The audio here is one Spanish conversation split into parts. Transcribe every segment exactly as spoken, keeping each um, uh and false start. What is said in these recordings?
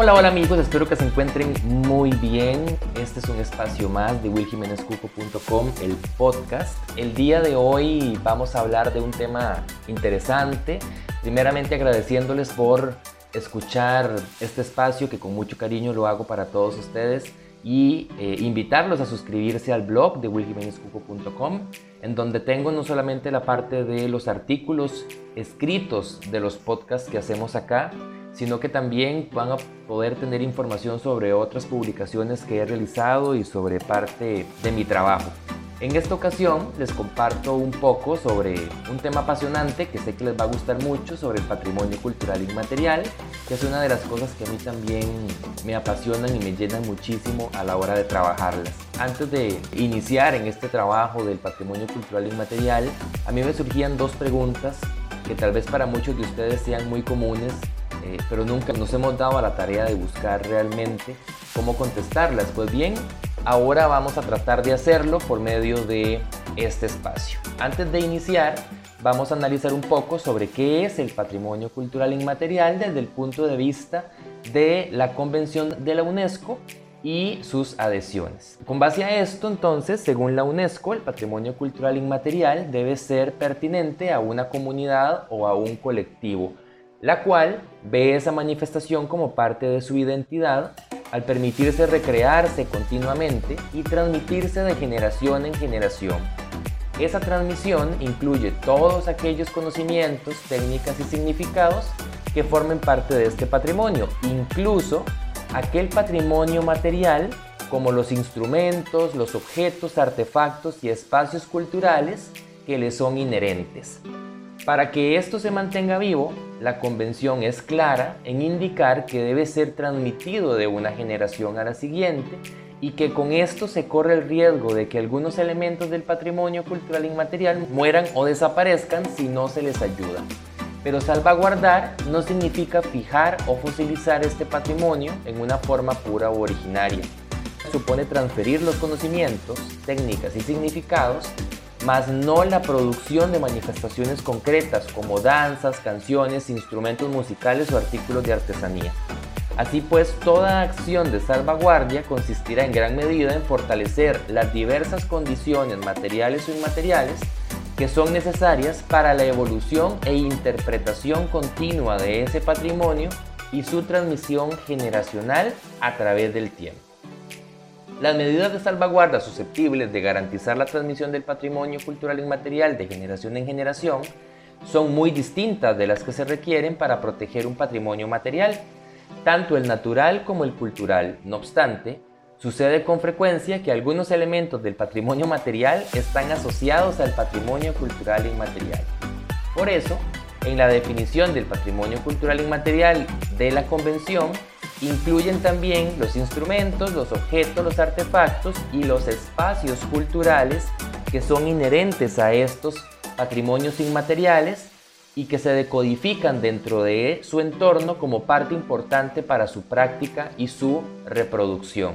Hola, hola amigos, espero que se encuentren muy bien. Este es un espacio más de will jimenez cuco punto com, el podcast. El día de hoy vamos a hablar de un tema interesante. Primeramente agradeciéndoles por escuchar este espacio que con mucho cariño lo hago para todos ustedes y eh, invitarlos a suscribirse al blog de will jimenez cuco punto com, en donde tengo no solamente la parte de los artículos escritos de los podcasts que hacemos acá, sino que también van a poder tener información sobre otras publicaciones que he realizado y sobre parte de mi trabajo. En esta ocasión les comparto un poco sobre un tema apasionante que sé que les va a gustar mucho, sobre el patrimonio cultural inmaterial, que es una de las cosas que a mí también me apasionan y me llenan muchísimo a la hora de trabajarlas. Antes de iniciar en este trabajo del patrimonio cultural inmaterial, a mí me surgían dos preguntas que tal vez para muchos de ustedes sean muy comunes, Eh, pero nunca nos hemos dado a la tarea de buscar realmente cómo contestarlas. Pues bien, ahora vamos a tratar de hacerlo por medio de este espacio. Antes de iniciar, vamos a analizar un poco sobre qué es el patrimonio cultural inmaterial desde el punto de vista de la Convención de la UNESCO y sus adhesiones. Con base a esto, entonces, según la UNESCO, el patrimonio cultural inmaterial debe ser pertinente a una comunidad o a un colectivo, la cual ve esa manifestación como parte de su identidad al permitirse recrearse continuamente y transmitirse de generación en generación. Esa transmisión incluye todos aquellos conocimientos, técnicas y significados que formen parte de este patrimonio, incluso aquel patrimonio material como los instrumentos, los objetos, artefactos y espacios culturales que le son inherentes. Para que esto se mantenga vivo, la Convención es clara en indicar que debe ser transmitido de una generación a la siguiente y que con esto se corre el riesgo de que algunos elementos del patrimonio cultural inmaterial mueran o desaparezcan si no se les ayuda. Pero salvaguardar no significa fijar o fosilizar este patrimonio en una forma pura o originaria. Supone transferir los conocimientos, técnicas y significados, más no la producción de manifestaciones concretas como danzas, canciones, instrumentos musicales o artículos de artesanía. Así pues, toda acción de salvaguardia consistirá en gran medida en fortalecer las diversas condiciones materiales o inmateriales que son necesarias para la evolución e interpretación continua de ese patrimonio y su transmisión generacional a través del tiempo. Las medidas de salvaguarda susceptibles de garantizar la transmisión del patrimonio cultural inmaterial de generación en generación son muy distintas de las que se requieren para proteger un patrimonio material, tanto el natural como el cultural. No obstante, sucede con frecuencia que algunos elementos del patrimonio material están asociados al patrimonio cultural inmaterial. Por eso, en la definición del patrimonio cultural inmaterial de la Convención, incluyen también los instrumentos, los objetos, los artefactos y los espacios culturales que son inherentes a estos patrimonios inmateriales y que se decodifican dentro de su entorno como parte importante para su práctica y su reproducción.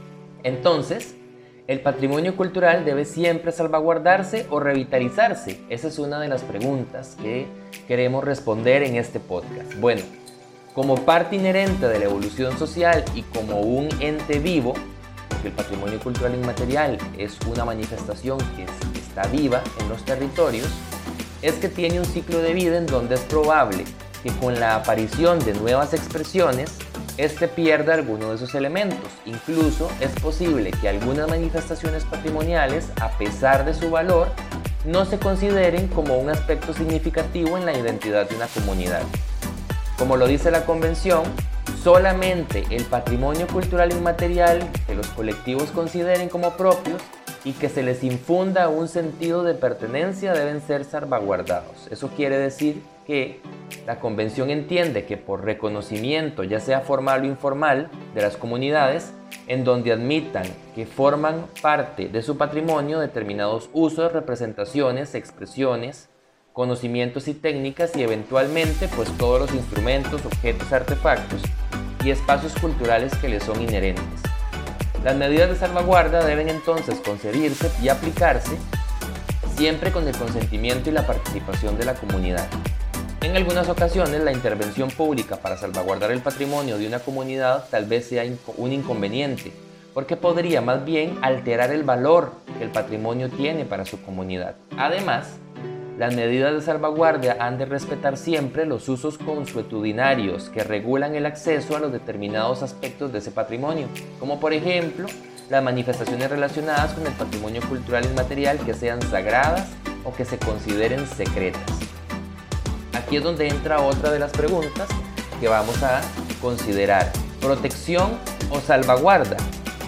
Entonces, ¿el patrimonio cultural debe siempre salvaguardarse o revitalizarse? Esa es una de las preguntas que queremos responder en este podcast. Bueno, como parte inherente de la evolución social y como un ente vivo, porque el patrimonio cultural inmaterial es una manifestación que está viva en los territorios, es que tiene un ciclo de vida en donde es probable que con la aparición de nuevas expresiones, este pierda alguno de sus elementos. Incluso es posible que algunas manifestaciones patrimoniales, a pesar de su valor, no se consideren como un aspecto significativo en la identidad de una comunidad. Como lo dice la Convención, solamente el patrimonio cultural inmaterial que los colectivos consideren como propios y que se les infunda un sentido de pertenencia deben ser salvaguardados. Eso quiere decir que la Convención entiende que por reconocimiento, ya sea formal o informal, de las comunidades, en donde admitan que forman parte de su patrimonio determinados usos, representaciones, expresiones, conocimientos y técnicas y eventualmente pues todos los instrumentos, objetos, artefactos y espacios culturales que les son inherentes. Las medidas de salvaguarda deben entonces concebirse y aplicarse siempre con el consentimiento y la participación de la comunidad. En algunas ocasiones, la intervención pública para salvaguardar el patrimonio de una comunidad tal vez sea un inconveniente, porque podría más bien alterar el valor que el patrimonio tiene para su comunidad. Además, las medidas de salvaguardia han de respetar siempre los usos consuetudinarios que regulan el acceso a los determinados aspectos de ese patrimonio, como por ejemplo, las manifestaciones relacionadas con el patrimonio cultural inmaterial que sean sagradas o que se consideren secretas. Aquí es donde entra otra de las preguntas que vamos a considerar: protección o salvaguarda.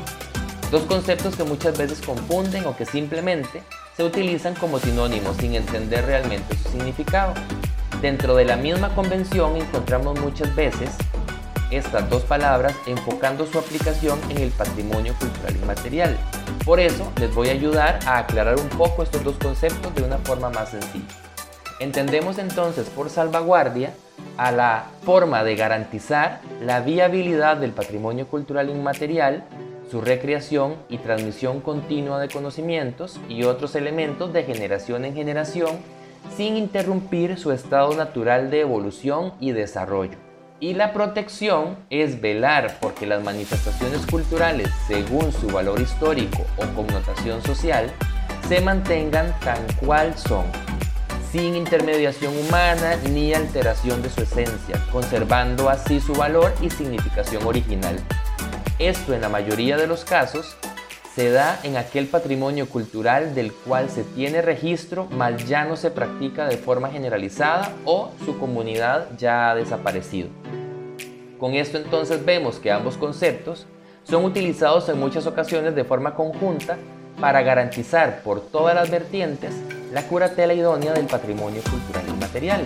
Dos conceptos que muchas veces confunden o que simplemente se utilizan como sinónimos sin entender realmente su significado. Dentro de la misma convención encontramos muchas veces estas dos palabras enfocando su aplicación en el patrimonio cultural inmaterial. Por eso les voy a ayudar a aclarar un poco estos dos conceptos de una forma más sencilla. Entendemos entonces por salvaguardia a la forma de garantizar la viabilidad del patrimonio cultural inmaterial, su recreación y transmisión continua de conocimientos y otros elementos de generación en generación, sin interrumpir su estado natural de evolución y desarrollo. Y la protección es velar porque las manifestaciones culturales, según su valor histórico o connotación social, se mantengan tal cual son, sin intermediación humana ni alteración de su esencia, conservando así su valor y significación original. Esto, en la mayoría de los casos, se da en aquel patrimonio cultural del cual se tiene registro, mas ya no se practica de forma generalizada o su comunidad ya ha desaparecido. Con esto entonces vemos que ambos conceptos son utilizados en muchas ocasiones de forma conjunta para garantizar por todas las vertientes la curatela idónea del patrimonio cultural inmaterial.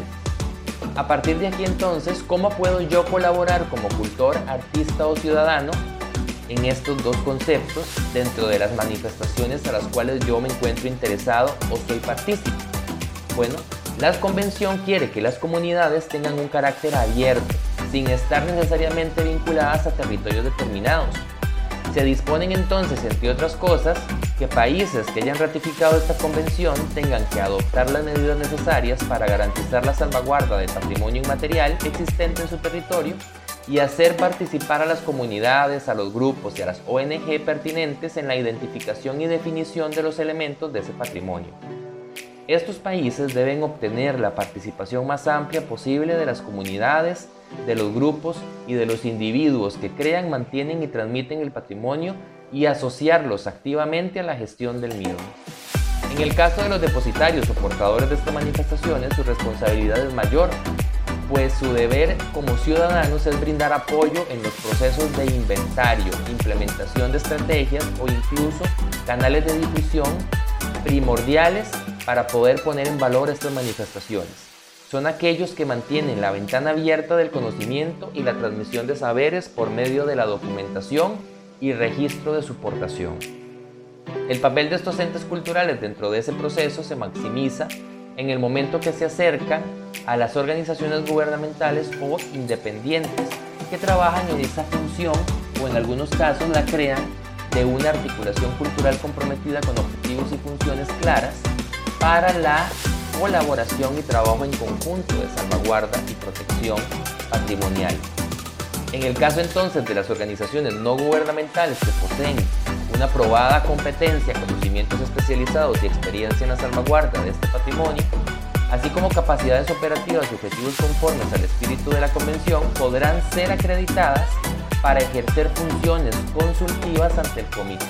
A partir de aquí entonces, ¿cómo puedo yo colaborar como cultor, artista o ciudadano en estos dos conceptos dentro de las manifestaciones a las cuales yo me encuentro interesado o soy partícipe? Bueno, la convención quiere que las comunidades tengan un carácter abierto, sin estar necesariamente vinculadas a territorios determinados. Se disponen entonces, entre otras cosas, que países que hayan ratificado esta convención tengan que adoptar las medidas necesarias para garantizar la salvaguarda del patrimonio inmaterial existente en su territorio y hacer participar a las comunidades, a los grupos y a las O N G pertinentes en la identificación y definición de los elementos de ese patrimonio. Estos países deben obtener la participación más amplia posible de las comunidades, de los grupos y de los individuos que crean, mantienen y transmiten el patrimonio y asociarlos activamente a la gestión del mismo. En el caso de los depositarios o portadores de estas manifestaciones, su responsabilidad es mayor, pues su deber como ciudadanos es brindar apoyo en los procesos de inventario, implementación de estrategias o incluso canales de difusión primordiales para poder poner en valor estas manifestaciones. Son aquellos que mantienen la ventana abierta del conocimiento y la transmisión de saberes por medio de la documentación y registro de su portación. El papel de estos entes culturales dentro de ese proceso se maximiza en el momento que se acercan a las organizaciones gubernamentales o independientes que trabajan en esa función o en algunos casos la crean de una articulación cultural comprometida con objetivos y funciones claras para la colaboración y trabajo en conjunto de salvaguarda y protección patrimonial. En el caso entonces de las organizaciones no gubernamentales que poseen una probada competencia, conocimientos especializados y experiencia en la salvaguarda de este patrimonio, así como capacidades operativas y objetivos conformes al espíritu de la Convención, podrán ser acreditadas para ejercer funciones consultivas ante el comité.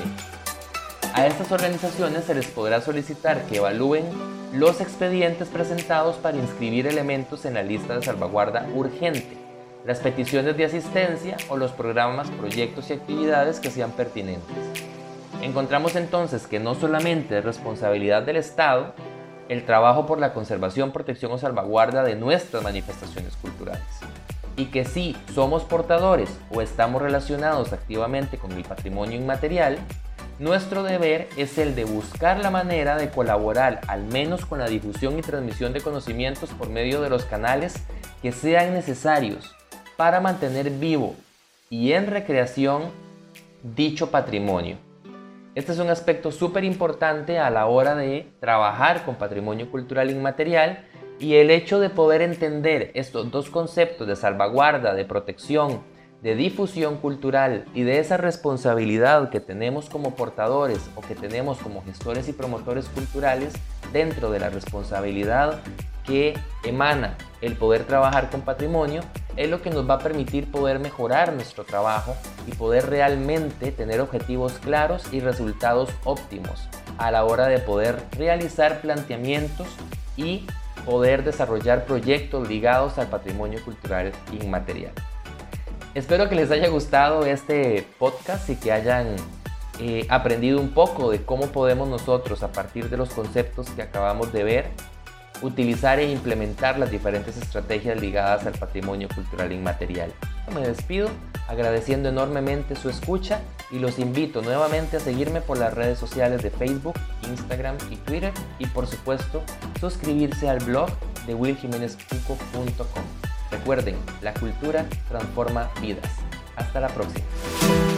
A estas organizaciones se les podrá solicitar que evalúen los expedientes presentados para inscribir elementos en la lista de salvaguarda urgente, las peticiones de asistencia o los programas, proyectos y actividades que sean pertinentes. Encontramos entonces que no solamente es responsabilidad del Estado el trabajo por la conservación, protección o salvaguarda de nuestras manifestaciones culturales, y que si somos portadores o estamos relacionados activamente con el patrimonio inmaterial, nuestro deber es el de buscar la manera de colaborar al menos con la difusión y transmisión de conocimientos por medio de los canales que sean necesarios para mantener vivo y en recreación dicho patrimonio. Este es un aspecto súper importante a la hora de trabajar con patrimonio cultural inmaterial Y el hecho de poder entender estos dos conceptos de salvaguarda, de protección, de difusión cultural y de esa responsabilidad que tenemos como portadores o que tenemos como gestores y promotores culturales dentro de la responsabilidad que emana el poder trabajar con patrimonio, es lo que nos va a permitir poder mejorar nuestro trabajo y poder realmente tener objetivos claros y resultados óptimos a la hora de poder realizar planteamientos y poder desarrollar proyectos ligados al patrimonio cultural inmaterial. Espero que les haya gustado este podcast y que hayan eh, aprendido un poco de cómo podemos nosotros, a partir de los conceptos que acabamos de ver, utilizar e implementar las diferentes estrategias ligadas al patrimonio cultural inmaterial. Me despido agradeciendo enormemente su escucha y los invito nuevamente a seguirme por las redes sociales de Facebook, Instagram y Twitter, y por supuesto suscribirse al blog de will jimenez cuco punto com. Recuerden, la cultura transforma vidas. Hasta la próxima.